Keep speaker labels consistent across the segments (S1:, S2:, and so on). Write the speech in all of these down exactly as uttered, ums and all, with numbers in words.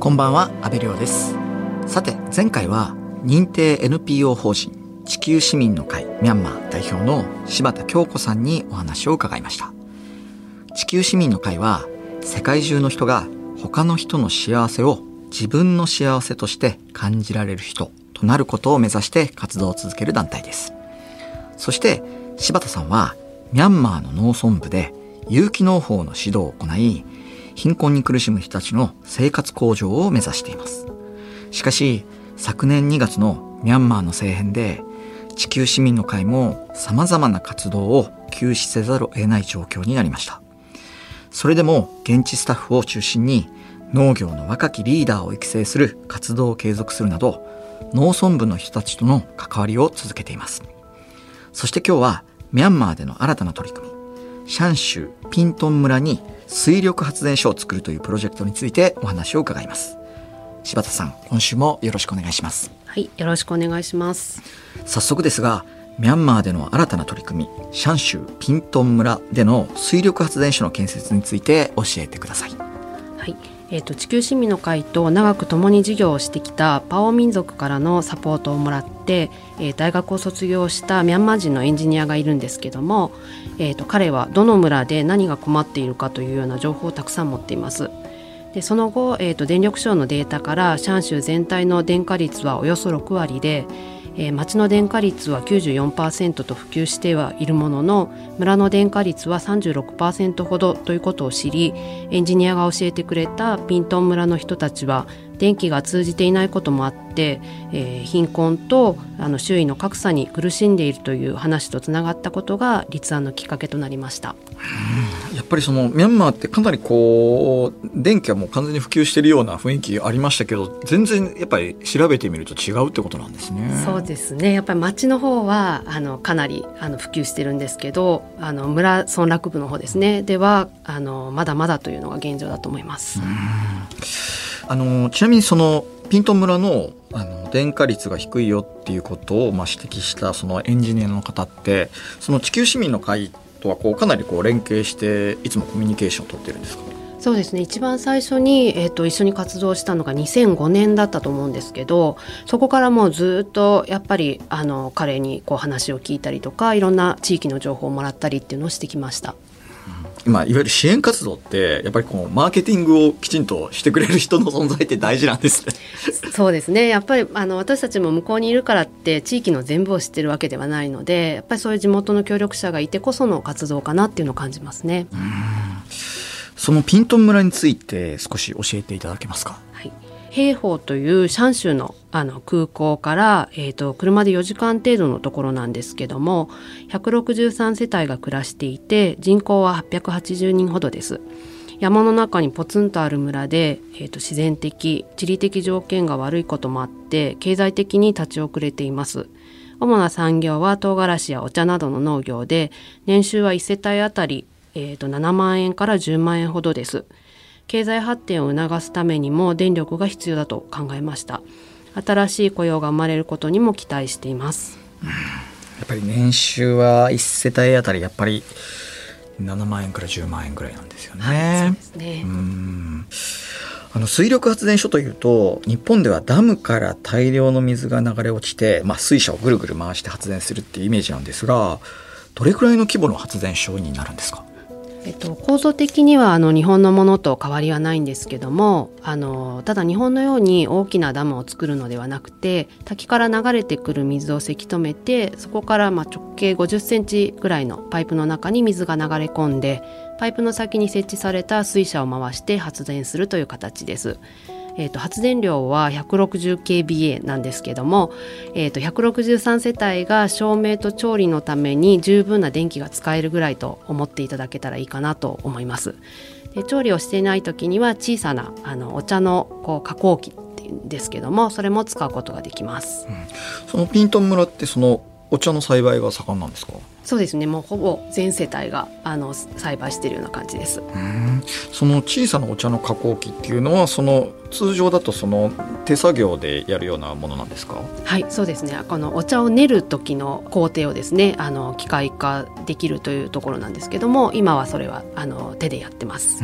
S1: こんばんは、阿部亮です。さて、前回は認定 エヌピーオー 法人地球市民の会ミャンマー代表の柴田京子さんにお話を伺いました。地球市民の会は世界中の人が他の人の幸せを自分の幸せとして感じられる人となることを目指して活動を続ける団体です。そして柴田さんはミャンマーの農村部で有機農法の指導を行い、貧困に苦しむ人たちの生活向上を目指しています。しかし昨年にがつのミャンマーの政変で地球市民の会も様々な活動を休止せざるを得ない状況になりました。それでも現地スタッフを中心に農業の若きリーダーを育成する活動を継続するなど、農村部の人たちとの関わりを続けています。そして今日はミャンマーでの新たな取り組み、シャン州ピントン村に水力発電所を作るというプロジェクトについてお話を伺います。柴田さん、今週もよろしくお願いします。
S2: はい、よろしくお願いします。
S1: 早速ですが、ミャンマーでの新たな取り組み、シャン州ピントン村での水力発電所の建設について教えてください。
S2: はい、えーと、地球市民の会と長く共に事業をしてきたパオ民族からのサポートをもらって、えー、大学を卒業したミャンマー人のエンジニアがいるんですけども、えーと、彼はどの村で何が困っているかというような情報をたくさん持っています。でその後、えーと、電力省のデータからシャン州全体の電化率はおよそろくわりで、えー、町の電化率は きゅうじゅうよんパーセント と普及してはいるものの、村の電化率は さんじゅうろくパーセント ほどということを知り、エンジニアが教えてくれたピントン村の人たちは電気が通じていないこともあって、えー、貧困とあの周囲の格差に苦しんでいるという話とつながったことが立案のきっかけとなりました。
S1: うん、やっぱりそのミャンマーってかなりこう電気はもう完全に普及しているような雰囲気ありましたけど、全然やっぱり調べてみると違うってことなんですね。
S2: そうですね、やっぱり町の方はあのかなりあの普及してるんですけど、あの村村落部の方ですねではあのまだまだというのが現状だと思います。
S1: うん、あのちなみにそのピントン村 の, あの電化率が低いよっていうことをまあ指摘したそのエンジニアの方って、その地球市民の会とはこうかなりこう連携していつもコミュニケーションを取ってるんですか？
S2: そうですね、一番最初に、えーと、一緒に活動したのがにせんごねんだったと思うんですけど、そこからもうずっとやっぱりあの彼にこう話を聞いたりとか、いろんな地域の情報をもらったりっていうのをしてきました。
S1: 今いわゆる支援活動ってやっぱりこうマーケティングをきちんとしてくれる人の存在って大事なんですね。
S2: そうですね、やっぱりあの私たちも向こうにいるからって地域の全部を知ってるわけではないので、やっぱりそういう地元の協力者がいてこその活動かなっていうのを感じますね。
S1: うん、そのピントン村について少し教えていただけますか？
S2: はい、ヘイホーというシャン州の、あの空港から、えーと、車でよじかん程度のところなんですけども、ひゃくろくじゅうさんせたいが暮らしていて、人口ははっぴゃくはちじゅうにんほどです。山の中にポツンとある村で、えーと、自然的地理的条件が悪いこともあって経済的に立ち遅れています。主な産業は唐辛子やお茶などの農業で、年収はいちせたいあたり、えーと、ななまんえんからじゅうまんえんほどです。経済発展を促すためにも電力が必要だと考えました。新しい雇用が生まれることにも期待しています。
S1: うん、やっぱり年収はいちせたいあたりやっぱりななまんえんからじゅうまんえんぐらいなんですよね。
S2: はい、そうですね。
S1: うん、あの水力発電所というと日本ではダムから大量の水が流れ落ちて、まあ、水車をぐるぐる回して発電するっていうイメージなんですが、どれくらいの規模の発電所になるんですか？
S2: えっと、構造的にはあの日本のものと変わりはないんですけども、あのただ日本のように大きなダムを作るのではなくて、滝から流れてくる水をせき止めて、そこからまあ直径ごじゅっセンチぐらいのパイプの中に水が流れ込んで、パイプの先に設置された水車を回して発電するという形です。えー、と発電量は ひゃくろくじゅうキロワット なんですけども、えー、とひゃくろくじゅうさんせたいが照明と調理のために十分な電気が使えるぐらいと思っていただけたらいいかなと思います。で調理をしていない時には小さなあのお茶のこう加工機っていうんですけども、それも使うことができます。
S1: うん、そのピントン村ってそのお茶の栽培が盛んなんですか？
S2: そうですね、もうほぼ全世帯があの栽培しているような感じです。
S1: うん、その小さなお茶の加工機っていうのはその通常だとその手作業でやるようなものなんですか？
S2: はい、そうですね、このお茶を練る時の工程をですね、あの機械化できるというところなんですけども、今はそれはあの手でやってます。
S1: うん、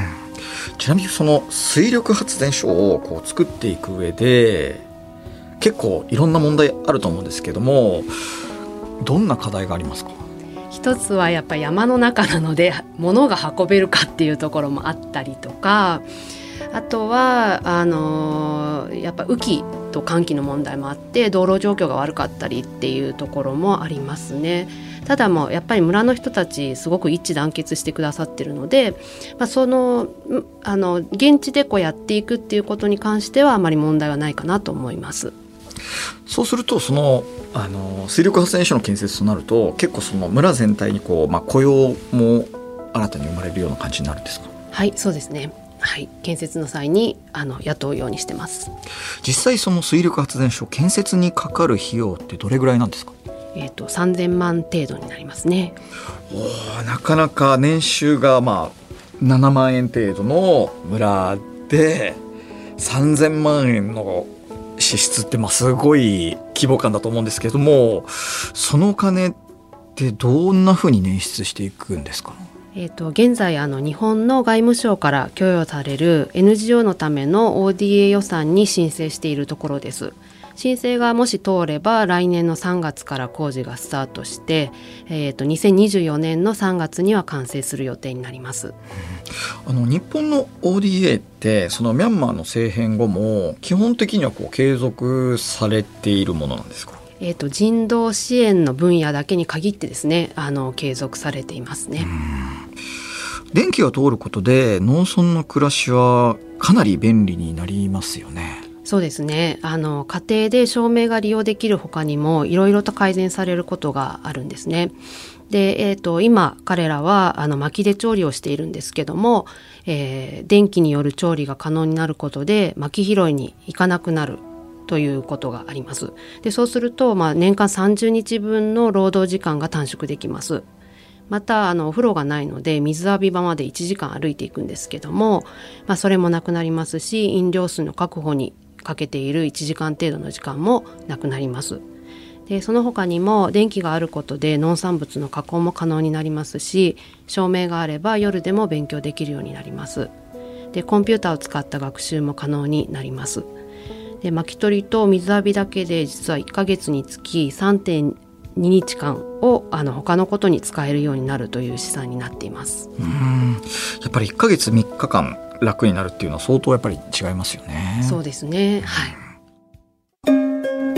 S1: ちなみにその水力発電所をこう作っていく上で結構いろんな問題あると思うんですけども、どんな課題がありますか？
S2: 一つはやっぱり山の中なので物が運べるかっていうところもあったりとか、あとはあのやっぱ雨季と乾季の問題もあって道路状況が悪かったりっていうところもありますね。ただもうやっぱり村の人たちすごく一致団結してくださってるので、まあ、そのあの現地でこうやっていくっていうことに関してはあまり問題はないかなと思います。
S1: そうするとそのあの水力発電所の建設となると結構その村全体にこう、まあ、雇用も新たに生まれるような感じになるんですか？
S2: はい、そうですね、はい、建設の際にあの雇うようにしてます。
S1: 実際その水力発電所建設にかかる費用ってどれぐらいなんですか？
S2: えーと、さんぜんまん程度になりますね。
S1: お、なかなか年収がまあななまんえん程度の村でさんぜんまんえんの支出ってまあすごい規模感だと思うんですけども、そのお金ってどんなふうに捻出していくんですか？
S2: えーと、現在あの日本の外務省から供与される エヌジーオー のための オーディーエー 予算に申請しているところです。申請がもし通れば来年のさんがつから工事がスタートして、えーと、にせんにじゅうよねんのさんがつには完成する予定になります。
S1: あの日本の オーディーエー ってそのミャンマーの政変後も基本的にはこう継続されているものなんですか？
S2: えーと、人道支援の分野だけに限ってですね、あの継続されていますね。
S1: うん、電気が通ることで農村の暮らしはかなり便利になりますよね。
S2: そうですね、あの家庭で照明が利用できる他にもいろいろと改善されることがあるんですね。で、えーと、今彼らはあの薪で調理をしているんですけども、えー、電気による調理が可能になることで薪拾いに行かなくなるということがあります。で、そうすると、まあ、年間さんじゅうにちぶんの労働時間が短縮できます。またあのお風呂がないので水浴び場までいちじかん歩いていくんですけども、まあ、それもなくなりますし、飲料水の確保にかけているいちじかん程度の時間もなくなります。で、その他にも電気があることで農産物の加工も可能になりますし、照明があれば夜でも勉強できるようになります。で、コンピューターを使った学習も可能になります。で、薪取りと水浴びだけで実はいっかげつにつき さんてんににちかんをあの他のことに使えるようになるという試算になっています。
S1: うーん、やっぱりいっかげつみっかかん楽になるっていうのは相当やっぱり違いますよね。
S2: そうですね、はい。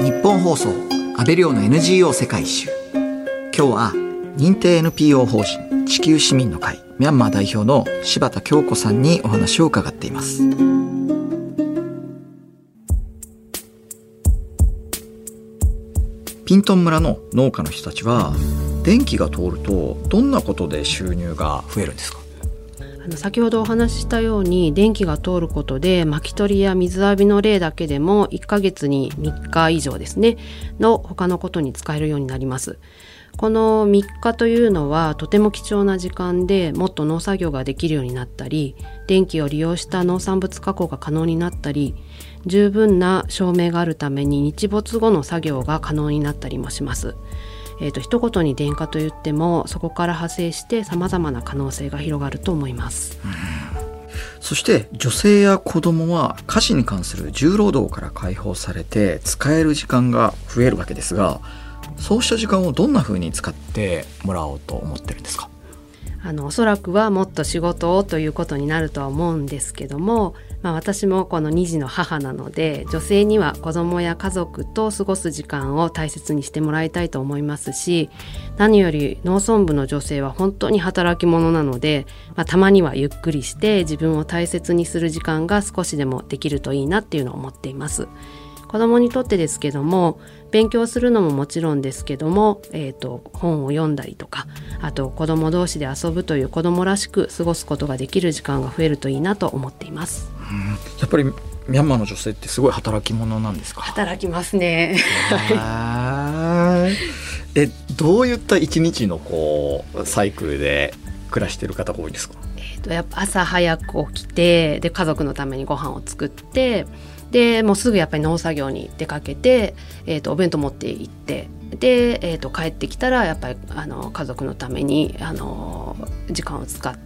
S1: 日本放送安倍亮の エヌジーオー 世界一周。今日は認定 エヌピーオー 法人地球市民の会ミャンマー代表の柴田京子さんにお話を伺っています。ピントン村の農家の人たちは電気が通るとどんなことで収入が増えるんですか？
S2: あの先ほどお話ししたように電気が通ることで薪取りや水浴びの例だけでもいっかげつにみっか以上ですねの他のことに使えるようになります。このみっかというのはとても貴重な時間でもっと農作業ができるようになったり、電気を利用した農産物加工が可能になったり、十分な照明があるために日没後の作業が可能になったりもします。えーと、一言に電化といってもそこから派生して様々な可能性が広がると思います。
S1: うん、そして女性や子どもは家事に関する重労働から解放されて使える時間が増えるわけですが、そうした時間をどんな風に使ってもらおうと思ってるんですか？
S2: あのおそらくはもっと仕事をということになるとは思うんですけども、まあ、私もこのに児の母なので女性には子供や家族と過ごす時間を大切にしてもらいたいと思いますし、何より農村部の女性は本当に働き者なので、まあ、たまにはゆっくりして自分を大切にする時間が少しでもできるといいなっていうのを思っています。子供にとってですけども、勉強するのももちろんですけども、えーと、本を読んだりとか、あと子供同士で遊ぶという子供らしく過ごすことができる時間が増えるといいなと思っています。
S1: うん、やっぱりミャンマーの女性ってすごい働き者なんですか？
S2: 働きますね。
S1: えどういった一日のこうサイクルで暮らしている方が多いですか？
S2: えーと、やっぱ朝早く起きて、で家族のためにご飯を作って、でもうすぐやっぱり農作業に出かけて、えーとお弁当持って行って、で、えーと帰ってきたらやっぱりあの家族のためにあの時間を使って、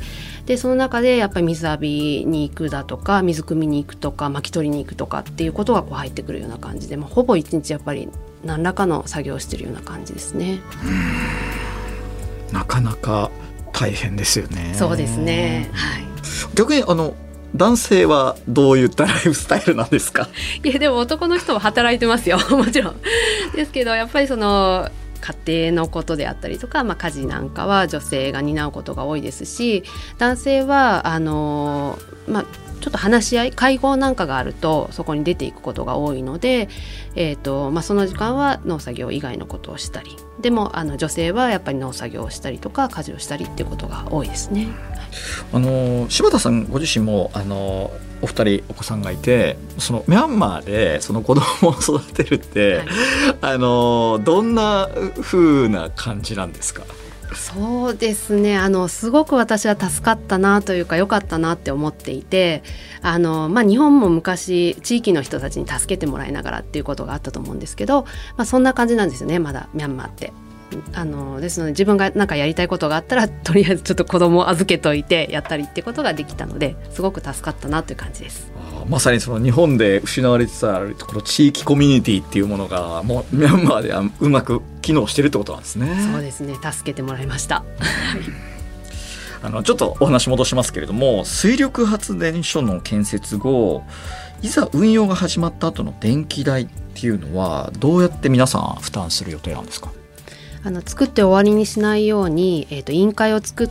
S2: でその中でやっぱり水浴びに行くだとか、水汲みに行くとか、巻き取りに行くとかっていうことがこう入ってくるような感じで、もうほぼ一日やっぱり何らかの作業をしているような感じですね。
S1: うん、なかなか大変ですよね。
S2: そうですね、はい、
S1: 逆にあの男性はどういったライフスタイルなんですか？
S2: いやでも男の人も働いてますよもちろんですけど、やっぱりその家庭のことであったりとか、まあ、家事なんかは女性が担うことが多いですし、男性はあの、まあ、ちょっと話し合い会合なんかがあるとそこに出ていくことが多いので、えーとまあ、その時間は農作業以外のことをしたり、でもあの女性はやっぱり農作業をしたりとか家事をしたりっていうことが多いですね。
S1: あの柴田さんご自身もあのお二人お子さんがいて、そのミャンマーでその子供を育てるって、はい、あのどんな風な感じなんですか？
S2: そうですね、あのすごく私は助かったなというか良かったなって思っていて、あの、まあ、日本も昔地域の人たちに助けてもらいながらっていうことがあったと思うんですけど、まあ、そんな感じなんですよね、まだミャンマーって。あのですので自分が何かやりたいことがあったらとりあえずちょっと子供を預けといてやったりってことができたので、すごく助かったなという感じです。
S1: あ、まさにその日本で失われてたこの地域コミュニティっていうものがもうミャンマーではうまく機能してるってことなんですね。
S2: そうですね、助けてもらいました
S1: あのちょっとお話戻しますけれども、水力発電所の建設後、いざ運用が始まった後の電気代っていうのはどうやって皆さん負担する予定なんですか？
S2: あの作って終わりにしないように、えー、と委員会を作って、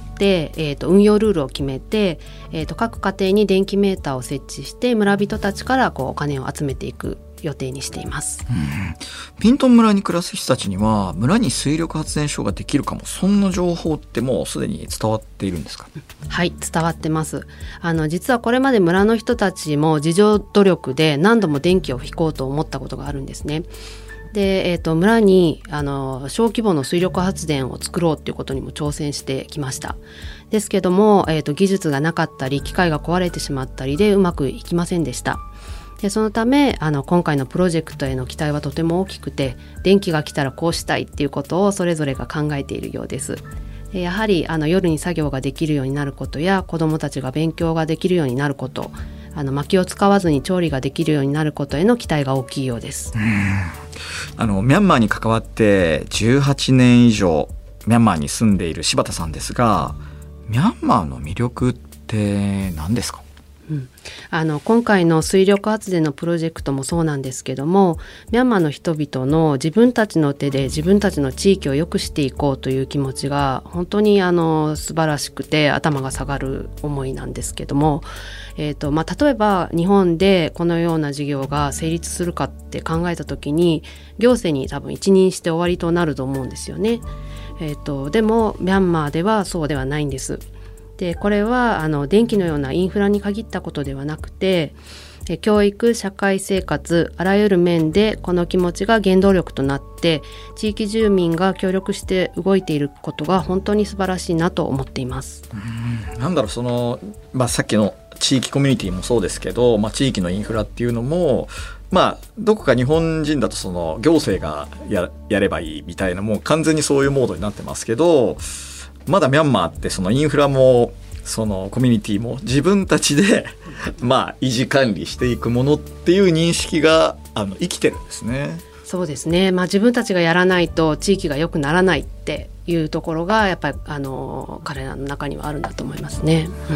S2: えー、と運用ルールを決めて、えー、と各家庭に電気メーターを設置して村人たちからこうお金を集めていく予定にしています。うん、
S1: ピントン村に暮らす人たちには村に水力発電所ができるかも、そんな情報ってもうすでに伝わっているんですか？
S2: はい、伝わってます。あの実はこれまで村の人たちも自助努力で何度も電気を引こうと思ったことがあるんですね。で、えー、と村にあの小規模の水力発電を作ろうっていうことにも挑戦してきました。ですけども、えー、と技術がなかったり機械が壊れてしまったりでうまくいきませんでした。でそのためあの今回のプロジェクトへの期待はとても大きくて、電気が来たらこうしたいっていうことをそれぞれが考えているようです。でやはりあの夜に作業ができるようになることや子どもたちが勉強ができるようになること、あの薪を使わずに調理ができるようになることへの期待が大きいようです。うん、
S1: あのミャンマーに関わってじゅうはちねん以上ミャンマーに住んでいる柴田さんですが、ミャンマーの魅力って何ですか？
S2: うん、あの今回の水力発電のプロジェクトもそうなんですけども、ミャンマーの人々の自分たちの手で自分たちの地域を良くしていこうという気持ちが本当にあの素晴らしくて頭が下がる思いなんですけども、えーとまあ、例えば日本でこのような事業が成立するかって考えた時に行政に多分一任して終わりとなると思うんですよね。えーとでもミャンマーではそうではないんです。でこれはあの電気のようなインフラに限ったことではなくて、教育、社会生活、あらゆる面でこの気持ちが原動力となって地域住民が協力して動いていることが本当に素晴らしいなと思っています。
S1: うん、なんだろうその、まあ、さっきの地域コミュニティもそうですけど、まあ、地域のインフラっていうのも、まあ、どこか日本人だとその行政が や, やればいいみたいな、もう完全にそういうモードになってますけど、まだミャンマーってそのインフラもそのコミュニティも自分たちでまあ維持管理していくものっていう認識があの生きてるんですね。
S2: そうですね、まあ、自分たちがやらないと地域が良くならないっていうところがやっぱりあの彼らの中にはあるんだと思いますね。うん、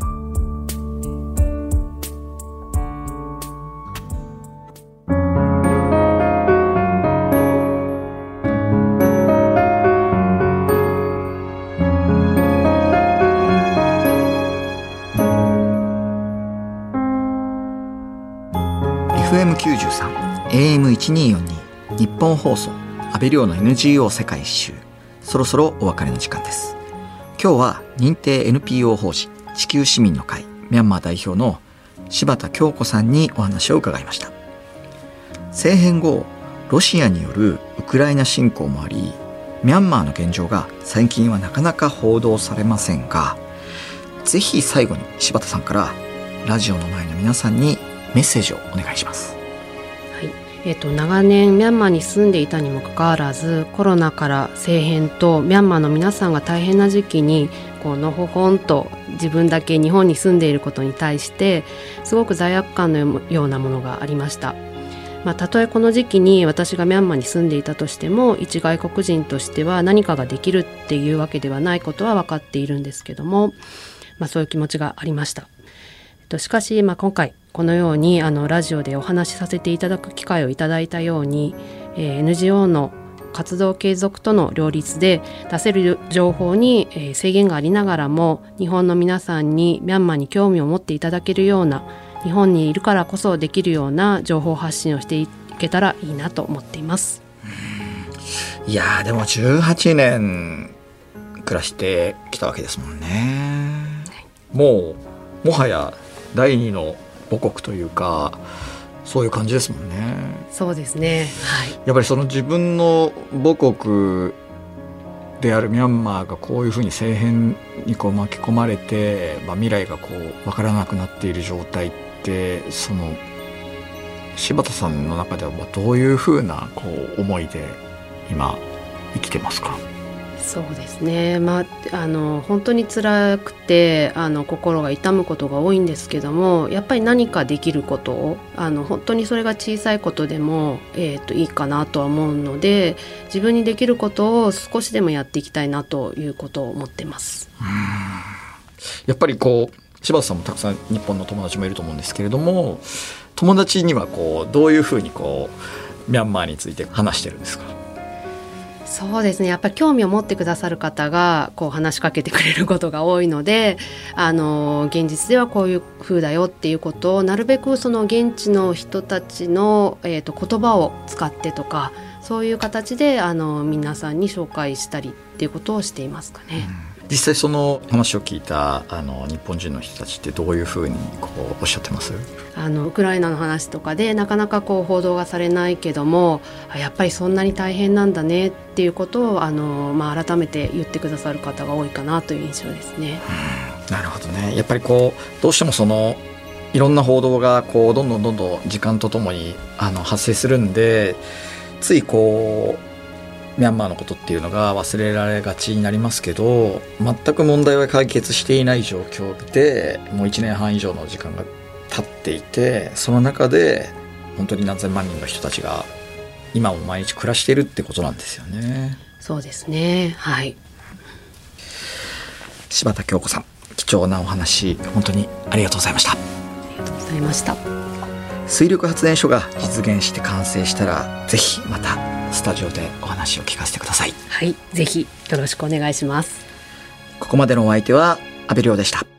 S1: エフエムきゅうじゅうさん、エーエムせんにひゃくよんじゅうに 日本放送安倍亮の エヌジーオー 世界一周、そろそろお別れの時間です。今日は認定 エヌピーオー 法人地球市民の会ミャンマー代表の柴田恭子さんにお話を伺いました。政変後ロシアによるウクライナ侵攻もあり、ミャンマーの現状が最近はなかなか報道されませんが、ぜひ最後に柴田さんからラジオの前の皆さんにメッセージをお願いします。
S2: はいえー、と長年ミャンマーに住んでいたにもかかわらず、コロナから政変とミャンマーの皆さんが大変な時期にこうのほほんと自分だけ日本に住んでいることに対してすごく罪悪感のようなものがありました。まあ、たとえこの時期に私がミャンマーに住んでいたとしても、一外国人としては何かができるっていうわけではないことは分かっているんですけども、まあ、そういう気持ちがありました。しかし、まあ、今回このようにあのラジオでお話しさせていただく機会をいただいたように、えー、エヌジーオー の活動継続との両立で出せる情報に、えー、制限がありながらも、日本の皆さんにミャンマーに興味を持っていただけるような、日本にいるからこそできるような情報発信をしていけたらいいなと思っています。
S1: いやーでもじゅうはちねん暮らしてきたわけですもんね、はい、もうもはや第二の母国というか、そういう感じですもんね。
S2: そうですね、はい、
S1: やっぱりその自分の母国であるミャンマーがこういうふうに政変にこう巻き込まれて、まあ、未来がこう分からなくなっている状態って、その柴田さんの中ではどういうふうなこう思いで今生きてますか？
S2: そうですね、まあ、あの本当に辛くてあの心が痛むことが多いんですけども、やっぱり何かできることを、あの本当にそれが小さいことでも、えー、といいかなとは思うので、自分にできることを少しでもやっていきたいなということを思ってます。
S1: うーん、やっぱりこう柴田さんもたくさん日本の友達もいると思うんですけれども、友達にはこうどういうふうにこうミャンマーについて話してるんですか？
S2: そうですね、やっぱり興味を持ってくださる方がこう話しかけてくれることが多いので、あの現実ではこういう風だよっていうことをなるべくその現地の人たちの、えー、と言葉を使ってとか、そういう形であの皆さんに紹介したりっていうことをしていますかね。
S1: うん、実際その話を聞いたあの日本人の人たちってどういうふうにこうおっしゃってます？
S2: あのウクライナの話とかでなかなかこう報道がされないけども、やっぱりそんなに大変なんだねっていうことをあの、まあ、改めて言ってくださる方が多いかなという印象ですね。
S1: うん、なるほどね。やっぱりこうどうしてもそのいろんな報道がこうどんどんどんどん時間とともにあの発生するんで、ついこうミャンマーのことっていうのが忘れられがちになりますけど、全く問題は解決していない状況でもういちねんはん以上の時間が経っていて、その中で本当に何千万人の人たちが今も毎日暮らしているってことなんですよね。
S2: そうですね、はい。
S1: 柴田京子さん、貴重なお話本当にありがとうございました。
S2: ありがとうございました。
S1: 水力発電所が実現して完成したら、ぜひまたスタジオでお話を聞かせてください。
S2: はい、ぜひよろしくお願いします。
S1: ここまでのお相手は阿部亮でした。